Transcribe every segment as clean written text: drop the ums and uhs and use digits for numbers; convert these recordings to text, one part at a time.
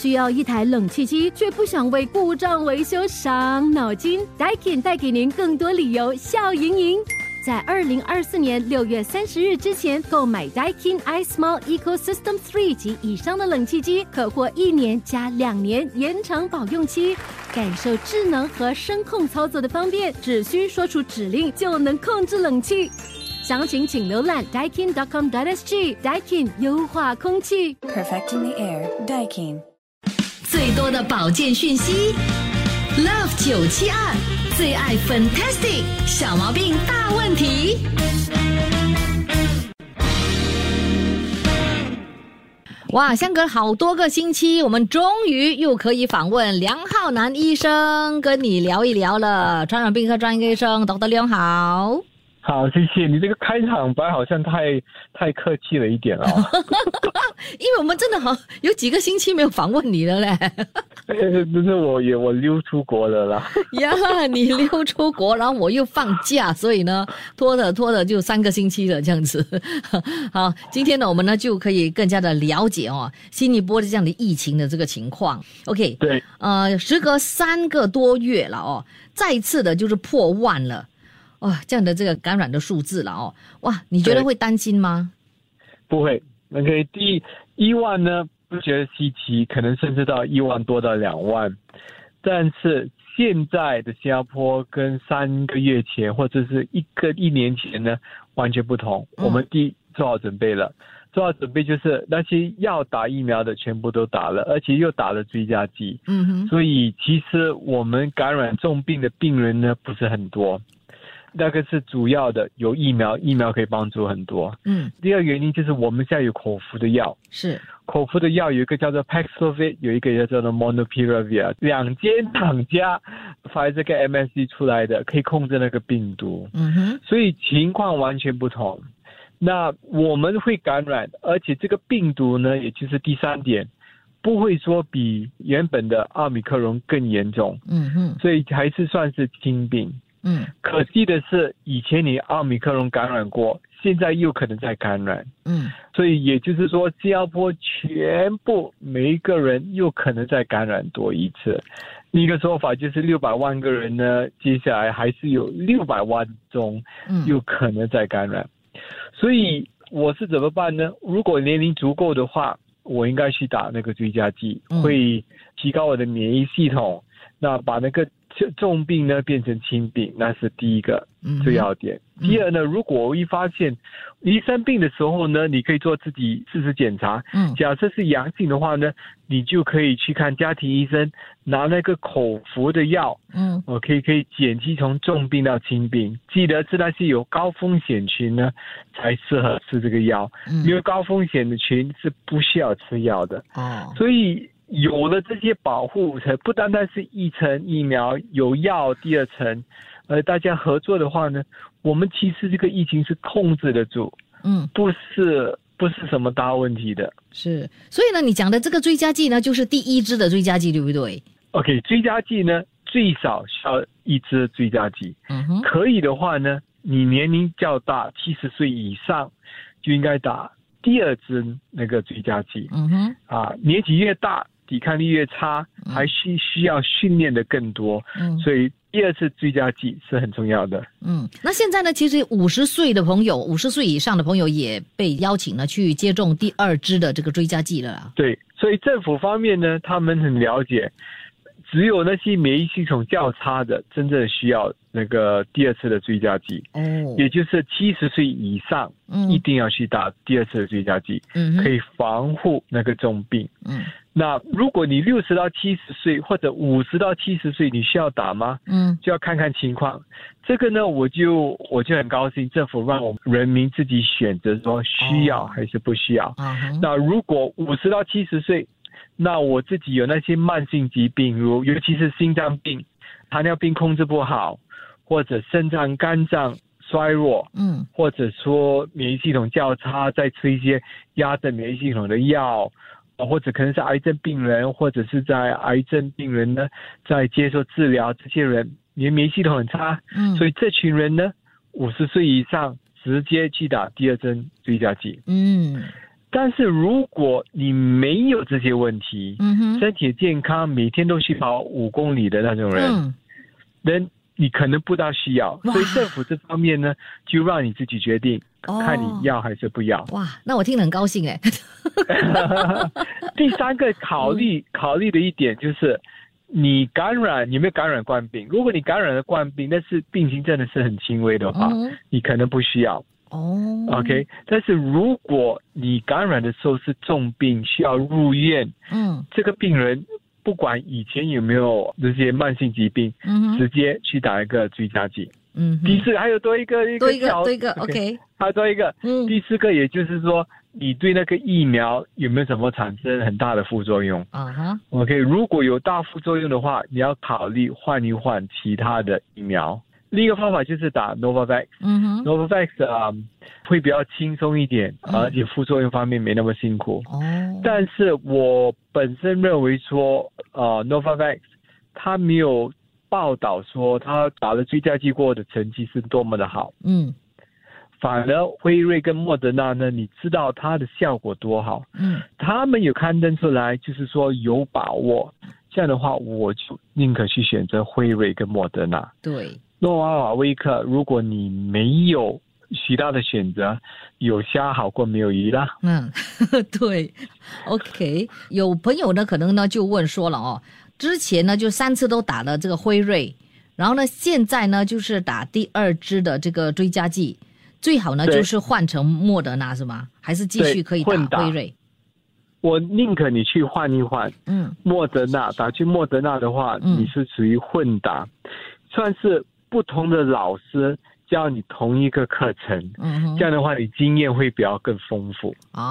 需要一台冷气机，却不想为故障维修伤脑筋？ Daikin 带给您更多理由笑盈盈。在2024年6月30日之前购买 Daikin iSmall Ecosystem 3及以上的冷气机，可获1年加2年延长保用期，感受智能和声控操作的方便，只需说出指令就能控制冷气。详情请浏览 daikin.com.sg。 Daikin 优化空气 Perfecting the air. Daikin. 最多的保健讯息 Love 972最爱 Fantastic 小毛病大问题。哇，相隔好多个星期，我们终于又可以访问梁浩南医生，跟你聊一聊了。传染病科专业医生 Dr. 梁好。 好，谢谢你这个开场白好像太客气了一点哦。 因为我们真的有几个星期没有访问你了嘞。 不是我溜出国了啦。 呀，你溜出国，然后我又放假，所以呢拖的就3个星期了这样子。好，今天呢我们呢就可以更加的了解新一波的这样的疫情的这个情况。OK， 对， 时隔3个多月了再一次的就是破万了。这样的这个感染的数字了哇，你觉得会担心吗？ 不会。OK， 第1万呢不觉得稀奇，可能甚至到1万多到2万，但是现在的新加坡跟3个月前或者是1年前呢完全不同。我们做好准备了，做好准备就是那些要打疫苗的全部都打了，而且又打了追加剂。所以其实我们感染重病的病人呢不是很多。那个是主要的，有疫苗可以帮助很多。第二个原因就是我们现在有口服的药，是口服的药有一个叫做 Paxlovid， 有一个叫做 Molnupiravir， 2间厂家 Pfizer 跟 MSD 出来的，可以控制那个病毒。所以情况完全不同。那我们会感染，而且这个病毒呢，也就是第3点，不会说比原本的奥密克戎更严重。所以还是算是轻病。可惜的是以前你奥密克戎感染过，现在又可能再感染。所以也就是说新加坡全部每一个人又可能再感染多一次。另一个说法就是600万个人呢，接下来还是有600万中有可能再感染。所以我是怎么办呢？如果年龄足够的话，我应该去打那个追加剂，会提高我的免疫系统，那把那个重病呢变成轻病，那是第一个最要点。第二呢，如果我一发现你生病的时候呢，你可以做自己事实检查。假设是阳性的话呢，你就可以去看家庭医生，拿那个口服的药。可以减轻从重病到轻病。记得是那些有高风险群呢才适合吃这个药，因为高风险的群是不需要吃药的。所以有了这些保护，不单单是1层疫苗，有药第2层，大家合作的话呢，我们其实这个疫情是控制得住，不是什么大问题的。 是，所以呢，你讲的这个追加剂呢，就是第1支的追加剂，对不对 ？OK， 追加剂呢，最少需要1支追加剂。可以的话呢，你年龄较大，70岁以上，就应该打第2支那个追加剂。年纪越大，抵抗力越差，还需要训练的更多。所以第2次追加剂是很重要的。 那现在呢，其实50岁以上的朋友也被邀请了去接种第2支的这个追加剂了啦。 对，所以政府方面呢，他们很了解，只有那些免疫系统较差的，真正需要那个第2次的追加剂。也就是70岁以上，一定要去打第2次的追加剂，可以防护那个重病。那如果你60到70岁或者50到70岁，你需要打吗？就要看看情况。这个呢，我就很高兴，政府让我们人民自己选择说需要还是不需要。那如果50到70岁，那我自己有那些慢性疾病，尤其是心脏病、糖尿病控制不好，或者肾脏、肝脏衰弱，或者说免疫系统较差，再吃一些压制免疫系统的药，或者可能是癌症病人，或者是在癌症病人呢在接受治疗，这些人免疫系统很差，所以这群人呢50岁以上直接去打第2针追加剂。 但是如果你没有这些问题，身体健康，每天都去跑5公里的那种人，你可能不大需要。所以政府这方面呢，就让你自己决定，看你要还是不要。 哇，那我听得很高兴哎。 第三个考虑的一点就是，你有没有感染冠病？如果你感染了冠病，但是病情真的是很轻微的话，你可能不需要。OK， 但是如果你感染的时候是重病，需要入院，这个病人不管以前有没有这些慢性疾病，直接去打一个追加剂。第四还有多一个 OK， 还有多一个，第四个也就是说，你对那个疫苗有没有什么产生很大的副作用？OK， 如果有大副作用的话，你要考虑换一换其他的疫苗。另一个方法就是打 Novavax，Novavax 会比较轻松一点，而且副作用方面没那么辛苦。但是我本身认为说Novavax 它没有报道说他打了追加剂过后的成绩是多么的好。反而辉瑞跟莫德纳呢，你知道它的效果多好。他们有刊登出来，就是说有把握。这样的话，我就宁可去选择辉瑞跟莫德纳。 对。 诺瓦瓦威克，如果你没有其他的选择，有虾好过没有鱼啦。 对 ，OK， 有朋友呢可能呢就问说了之前呢就3次都打了这个辉瑞，然后呢现在呢就是打第2支的这个追加剂，最好呢就是换成莫德纳是吗？还是继续可以打辉瑞？ 我宁可你去换一换，莫德纳打去莫德纳的话，你是属于混打，算是不同的老师教你同一个课程，这样的话你经验会比较更丰富。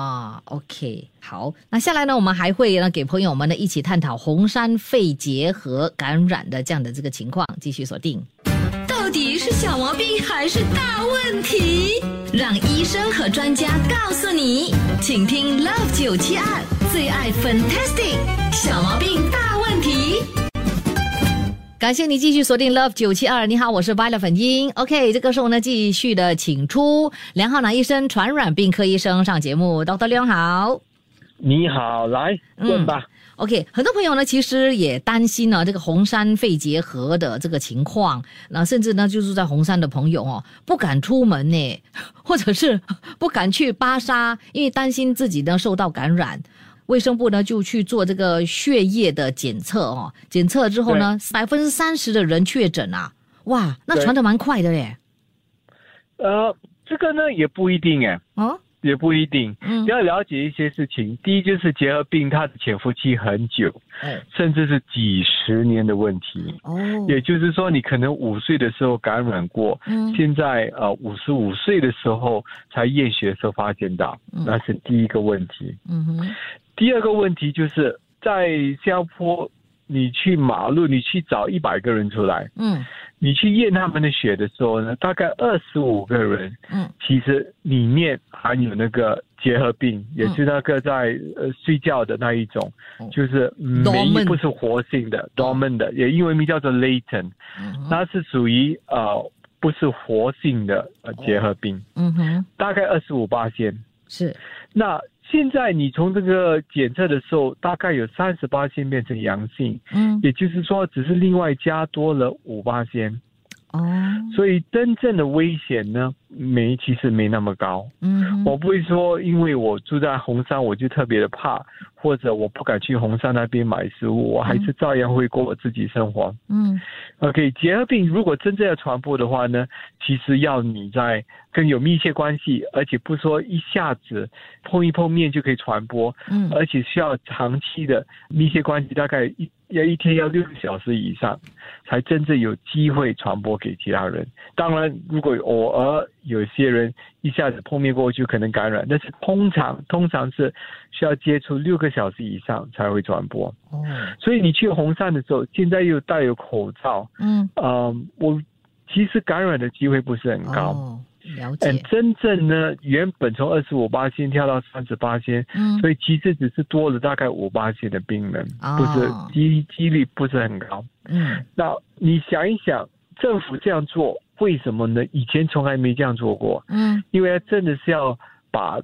OK， 好，那下来呢，我们还会呢给朋友们呢一起探讨红山肺结核感染的这样的这个情况，继续锁定。 到底是小毛病还是大问题？让医生和专家告诉你，请听 Love 972最爱 Fantastic 小毛病大问题。 感谢你继续锁定 Love 972，你好，我是 Violet 粉英。OK， 这个时候呢，继续的请出梁浩南医生，传染病科医生上节目。Dr. 梁好。 你好，来问吧。 OK， 很多朋友呢其实也担心呢这个红山肺结核的这个情况，那甚至呢就住在红山的朋友不敢出门呢，或者是不敢去巴沙，因为担心自己呢受到感染。卫生部呢就去做这个血液的检测检测之后呢30%的人确诊啊，哇，那传得蛮快的嘞。 这个呢也不一定也不一定，要了解一些事情。第一就是结核病它的潜伏期很久，甚至是几十年的问题。也就是说你可能5岁的时候感染过，现在55岁的时候才验血的时候发现到，那是第一个问题。第二个问题就是在新加坡，你去马路，你去找100个人出来，你去验他们的血的时候呢，大概25个人，其实里面含有那个结核病，也是那个在睡觉的那一种，就是不是活性的 dormant 的，也英文名叫做 latent，它是属于不是活性的结核病，大概25%。是，那现在你从这个检测的时候，大概有30%变成阳性，也就是说只是另外加多了5%。所以真正的危险呢，其实没那么高。我不会说因为我住在红山我就特别的怕，或者我不敢去红山那边买食物，我还是照样会过我自己生活。OK， 结核病如果真正要传播的话呢，其实要你在跟有密切关系，而且不说一下子碰面就可以传播，而且需要长期的密切关系，大概一天要6个小时以上，才真正有机会传播给其他人。当然，如果偶尔有些人一下子碰面过去可能感染，但是通常是需要接触6个小时以上才会传播。所以你去红山的时候，现在又戴有口罩，我其实感染的机会不是很高。了解。真正呢，原本从25%跳到30%，所以其实只是多了大概5%的病人，不是几率不是很高。那你想一想，政府这样做为什么呢？以前从来没这样做过。因为真的是要把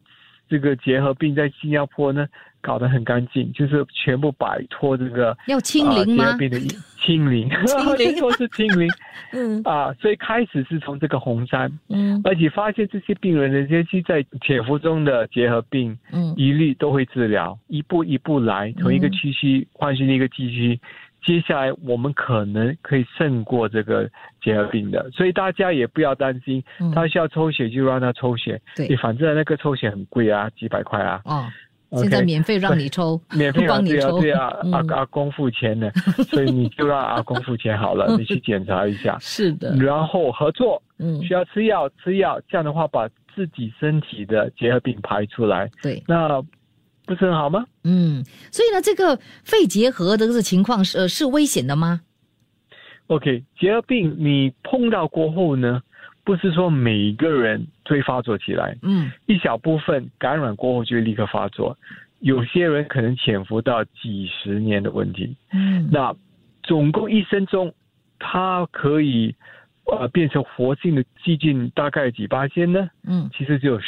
这个结核病在新加坡呢搞得很干净，就是全部摆脱这个要清零吗？ 结核病的清零，说是清零，所以开始是从这个红山，而且发现这些病人的这些在潜伏中的结核病，一律都会治疗，一步一步来，从一个区区换去另一个地区。接下来我们可能可以胜过这个结核病的，所以大家也不要担心，他需要抽血就让他抽血， 对， 反正那个抽血很贵啊，几百块啊。 现在免费让你抽， 免费帮你抽， 对啊，阿公付钱的，所以你就让阿公付钱好了，你去检查一下。是的。然后合作，需要吃药，这样的话把自己身体的结核病排出来。对，那不是很好吗？ 所以呢，这个肺结核的这个情况是危险的吗 ？OK， 结核病你碰到过后呢，不是说每一个人会发作起来，一小部分感染过后就会立刻发作，有些人可能潜伏到几十年的问题，那总共一生中，它可以变成活性的细菌大概几%呢？其实只有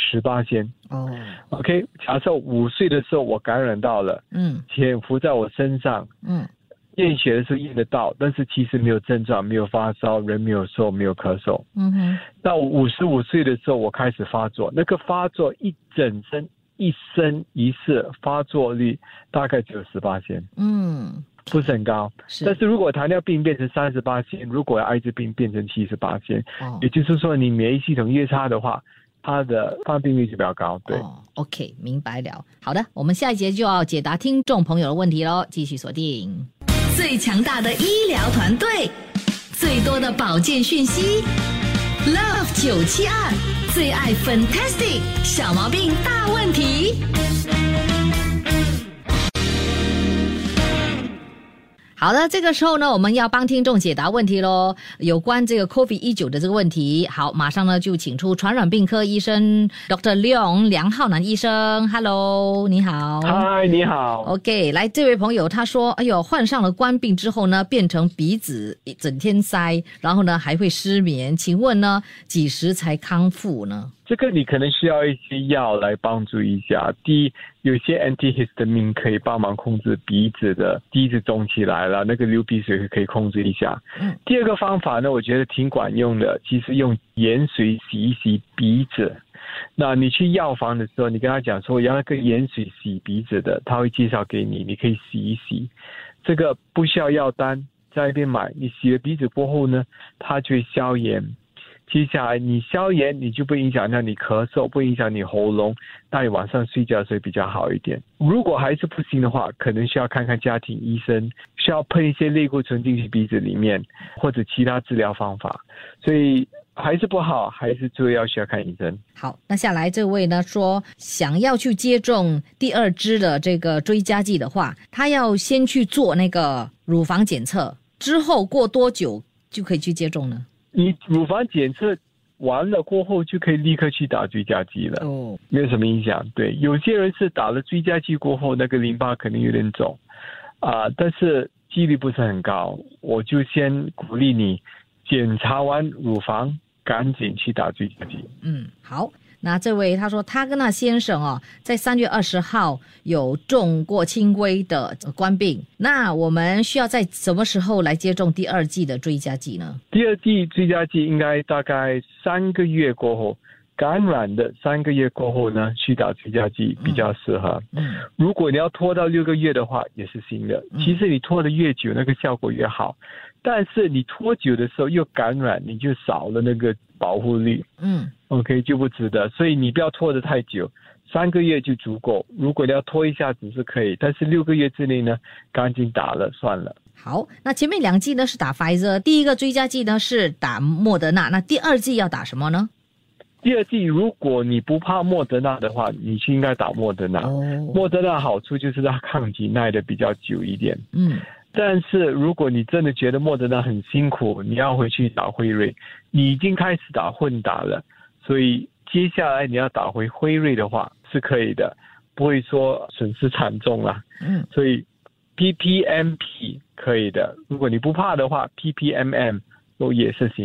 10%。OK， 假设5岁的时候我感染到了，潜伏在我身上，验血的时候验得到，但是其实没有症状，没有发烧，人没有瘦，没有咳嗽。到55岁的时候我开始发作，那个发作一生一世发作率大概只有10%。不是很高，但是如果糖尿病变成30%，如果艾滋病变成70%，也就是说你免疫系统越差的话，它的发病率就比较高。对 ，OK， 明白了。好的，我们下一节就要解答听众朋友的问题咯，继续锁定。 最强大的医疗团队，最多的保健讯息 ，Love 972最爱 Fantastic 小毛病大问题。 好的，这个时候呢，我们要帮听众解答问题咯，有关这个 COVID-19 的这个问题。好，马上呢就请出传染病科医生 Dr. Leong 梁浩南医生。Hello， 你好。 嗨，你好。 OK， 来，这位朋友他说，哎呦，患上了冠病之后呢，变成鼻子整天塞，然后呢还会失眠，请问呢几时才康复呢？ 这个你可能需要一些药来帮助一下。第一，有些 antihistamine 可以帮忙控制鼻子肿起来了，那个流鼻水可以控制一下。第二个方法呢，我觉得挺管用的，其实用盐水洗一洗鼻子。那你去药房的时候，你跟他讲说要那个盐水洗鼻子的，他会介绍给你，你可以洗一洗。这个不需要药单，在那边买。你洗了鼻子过后呢，它就会消炎。接下来你消炎，你就不影响到你咳嗽，不影响你喉咙，那你晚上睡觉所以比较好一点。如果还是不行的话，可能需要看看家庭医生，需要喷一些类固醇进去鼻子里面，或者其他治疗方法。所以还是不好，还是最要需要看医生。 好，那下来这位呢说，想要去接种第2支的这个追加剂的话，他要先去做那个乳房检测，之后过多久就可以去接种呢？ 你乳房检测完了过后就可以立刻去打追加剂了，没有什么影响。对，有些人是打了追加剂过后，那个淋巴可能有点肿但是几率不是很高。我就先鼓励你检查完乳房，赶紧去打追加剂。 好。那这位他说他跟他先生在3月20号有中过轻微的冠病，那我们需要在什么时候来接种第2剂的追加剂呢？ 第2剂追加剂应该大概3个月过后，感染的3个月过后呢去打追加剂比较适合。如果你要拖到6个月的话也是行的。其实你拖得越久那个效果越好，但是你拖久的时候又感染，你就少了那个保护力。OK， 就不值得。所以你不要拖得太久，3个月就足够。如果你要拖一下子是可以，但是6个月之内呢，赶紧打了算了。 好，那前面2剂呢是打 Pfizer， 第一个追加剂呢是打莫德纳，那第2剂要打什么呢？ 第2剂如果你不怕莫德纳的话，你就应该打莫德纳。莫德纳好处就是它抗体耐得比较久一点。但是如果你真的觉得莫德纳很辛苦，你要回去打辉瑞，你已经开始打混打了，所以接下来你要打回辉瑞的话是可以的，不会说损失惨重啦。所以 PPMP 可以的，如果你不怕的话 PPMM 也是行的。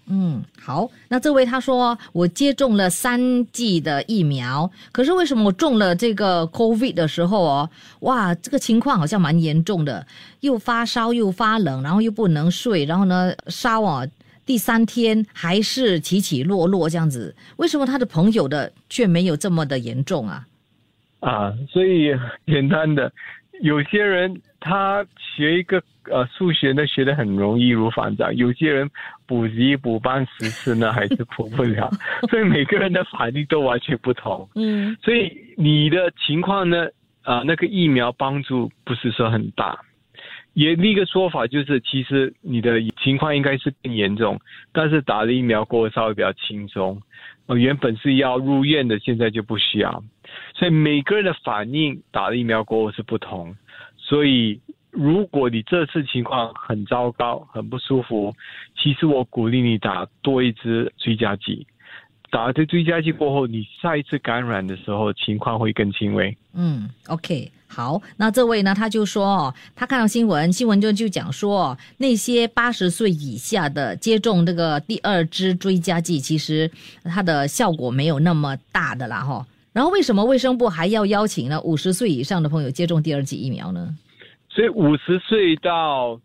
好，那这位他说我接种了3剂的疫苗，可是为什么我中了这个 COVID 的时候哇，这个情况好像蛮严重的，又发烧又发冷，然后又不能睡，然后呢烧第3天还是起起落落这样子，为什么他的朋友的却没有这么的严重啊？ 所以简单的，有些人他学一个数学呢学得很容易如反掌，有些人补习补班10次呢还是补不了，所以每个人的反应都完全不同。所以你的情况呢那个疫苗帮助不是说很大。也另一个说法就是，其实你的情况应该是更严重，但是打了疫苗过后稍微比较轻松。原本是要入院的，现在就不需要。所以每个人的反应打了疫苗过后是不同。所以如果你这次情况很糟糕、很不舒服，其实我鼓励你打多一支追加剂。打了这追加剂过后，你下一次感染的时候情况会更轻微。 OK， 好，那这位呢，他就说他看到新闻就讲说那些80岁以下的接种这个第2支追加剂，其实它的效果没有那么大的啦然后为什么卫生部还要邀请呢50岁以上的朋友接种第2剂疫苗呢？ 所以50岁到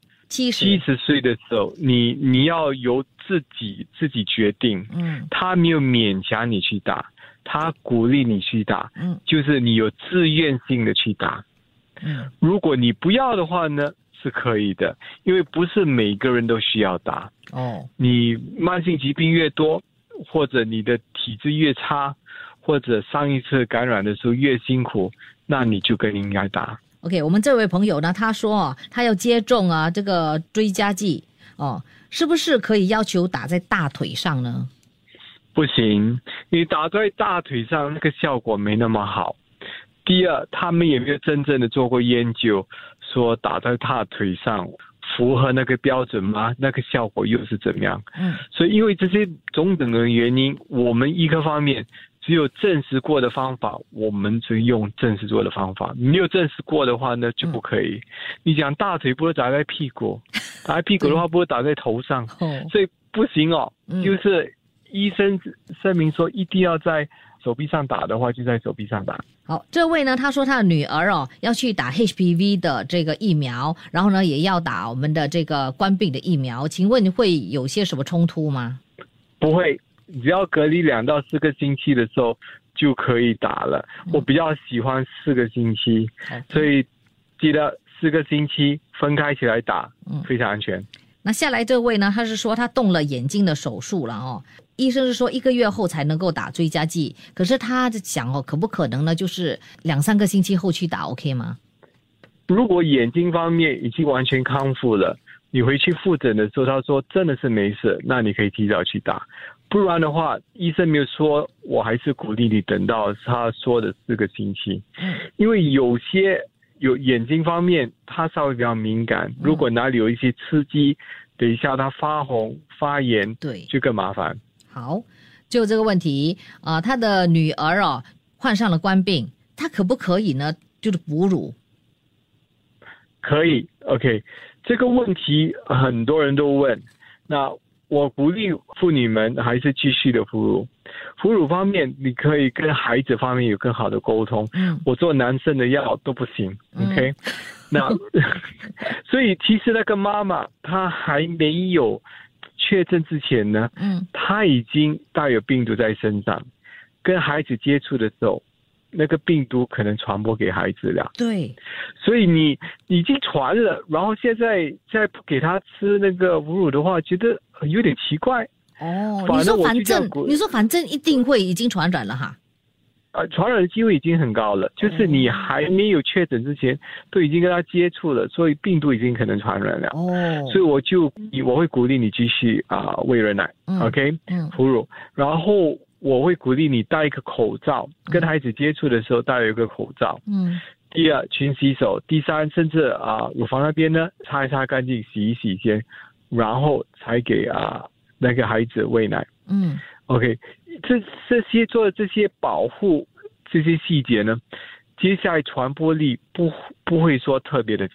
70岁的时候，你要由自己决定。他没有勉强你去打，他鼓励你去打。就是你有自愿性的去打。如果你不要的话呢，是可以的，因为不是每个人都需要打。你慢性疾病越多，或者你的体质越差，或者上一次感染的时候越辛苦，那你就更应该打。 OK， 我们这位朋友呢，他说他要接种这个追加剂是不是可以要求打在大腿上呢？ 不行，你打在大腿上那个效果没那么好。第二，他们也没有真正的做过研究，说打在大腿上符合那个标准吗？那个效果又是怎么样？所以因为这些种种的原因，我们医科方面只有证实过的方法，我们只用证实过的方法。没有证实过的话呢，就不可以。你讲大腿不是打在屁股，打在屁股的话不是打在头上，所以不行就是医生声明说一定要在手臂上打的话，就在手臂上打。 好，这位呢，他说他的女儿要去打 HPV 的这个疫苗，然后呢也要打我们的这个冠病的疫苗，请问会有些什么冲突吗？ 不会，只要隔离2到4个星期的时候就可以打了。我比较喜欢4个星期，所以记得4个星期分开起来打，非常安全。 那下来这位呢，他是说他动了眼睛的手术了医生是说1个月后才能够打追加剂，可是他想可不可能呢，就是2-3个星期后去打 OK 吗？ 如果眼睛方面已经完全康复了，你回去复诊的时候他说真的是没事，那你可以提早去打。不然的话，医生没有说，我还是鼓励你等到他说的4个星期。因为有眼睛方面他稍微比较敏感，如果哪里有一些刺激，等一下他发红发炎，对，就更麻烦。 好，就这个问题他的女儿患上了冠病，他可不可以呢就是哺乳？ 可以 OK， 这个问题很多人都问，那我鼓励妇女们还是继续的哺乳。哺乳方面你可以跟孩子方面有更好的沟通。我做男生的药都不行 OK， 那所以其实那个妈妈她还没有确诊之前呢，她已经带有病毒在身上，跟孩子接触的时候那个病毒可能传播给孩子了。对，所以你已经传了，然后现在再不给他吃那个哺乳的话，觉得有点奇怪。 你说反正一定会已经传染了哈。 传染的机会已经很高了，就是你还没有确诊之前都已经跟他接触了，所以病毒已经可能传染了。所以我会鼓励你继续喂人奶，OK， 哺乳，然后我会鼓励你戴一个口罩，跟孩子接触的时候戴一个口罩。第二，勤洗手。第三，甚至乳房那边呢擦一擦干净，洗一洗先，然后才给那个孩子喂奶。OK， 这些做的这些保护这些细节呢，接下来传播力不会说特别的强，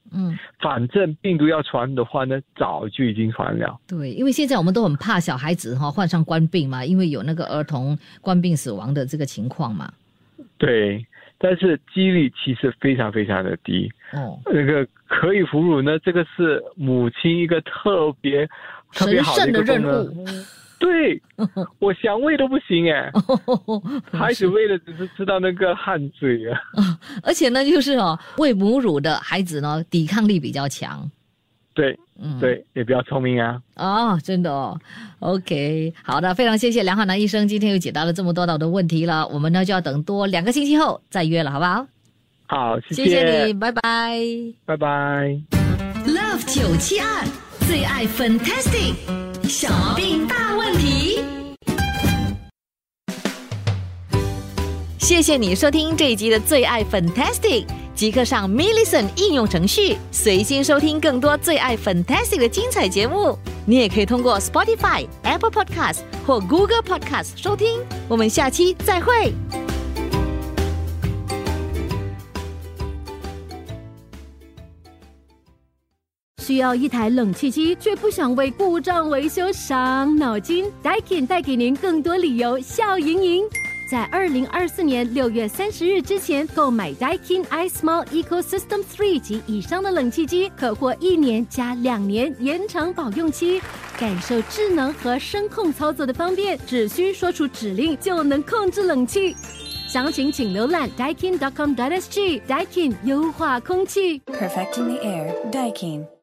反正病毒要传的话呢，早就已经传了。 对，因为现在我们都很怕小孩子患上冠病嘛，因为有那个儿童冠病死亡的这个情况嘛。 对，但是几率其实非常非常的低。那个可以哺乳呢，这个是母亲一个特别好的一个神圣的任务。 对，我想喂都不行哎，孩子喂的只是吃到那个汗水啊。 而且呢，就是喂母乳的孩子呢，抵抗力比较强。 对，对，也比较聪明啊。 真的OK， 好的，非常谢谢梁汉南医生，今天又解答了这么多道的问题了。我们呢就要等多2个星期后再约了，好不好？ 好，谢谢你，拜拜， 拜拜。 Love 972最爱 Fantastic 小毛病大问题。 谢谢你收听这一集的最爱 Fantastic， 即刻上 Millicent 应用程序，随心收听更多最爱 Fantastic 的精彩节目。你也可以通过 Spotify、Apple Podcast 或 Google Podcast 收听。我们下期再会。 需要一台冷气机，却不想为故障维修伤脑筋 ？Daikin 带给您更多理由笑盈盈。在2024年6月30日之前购买 Daikin iSmall Ecosystem 3及以上的冷气机，可获1年加2年延长保用期，感受智能和声控操作的方便，只需说出指令就能控制冷气。详情请浏览 daikin.com.sg。Daikin 优化空气 Perfecting the air. Daikin.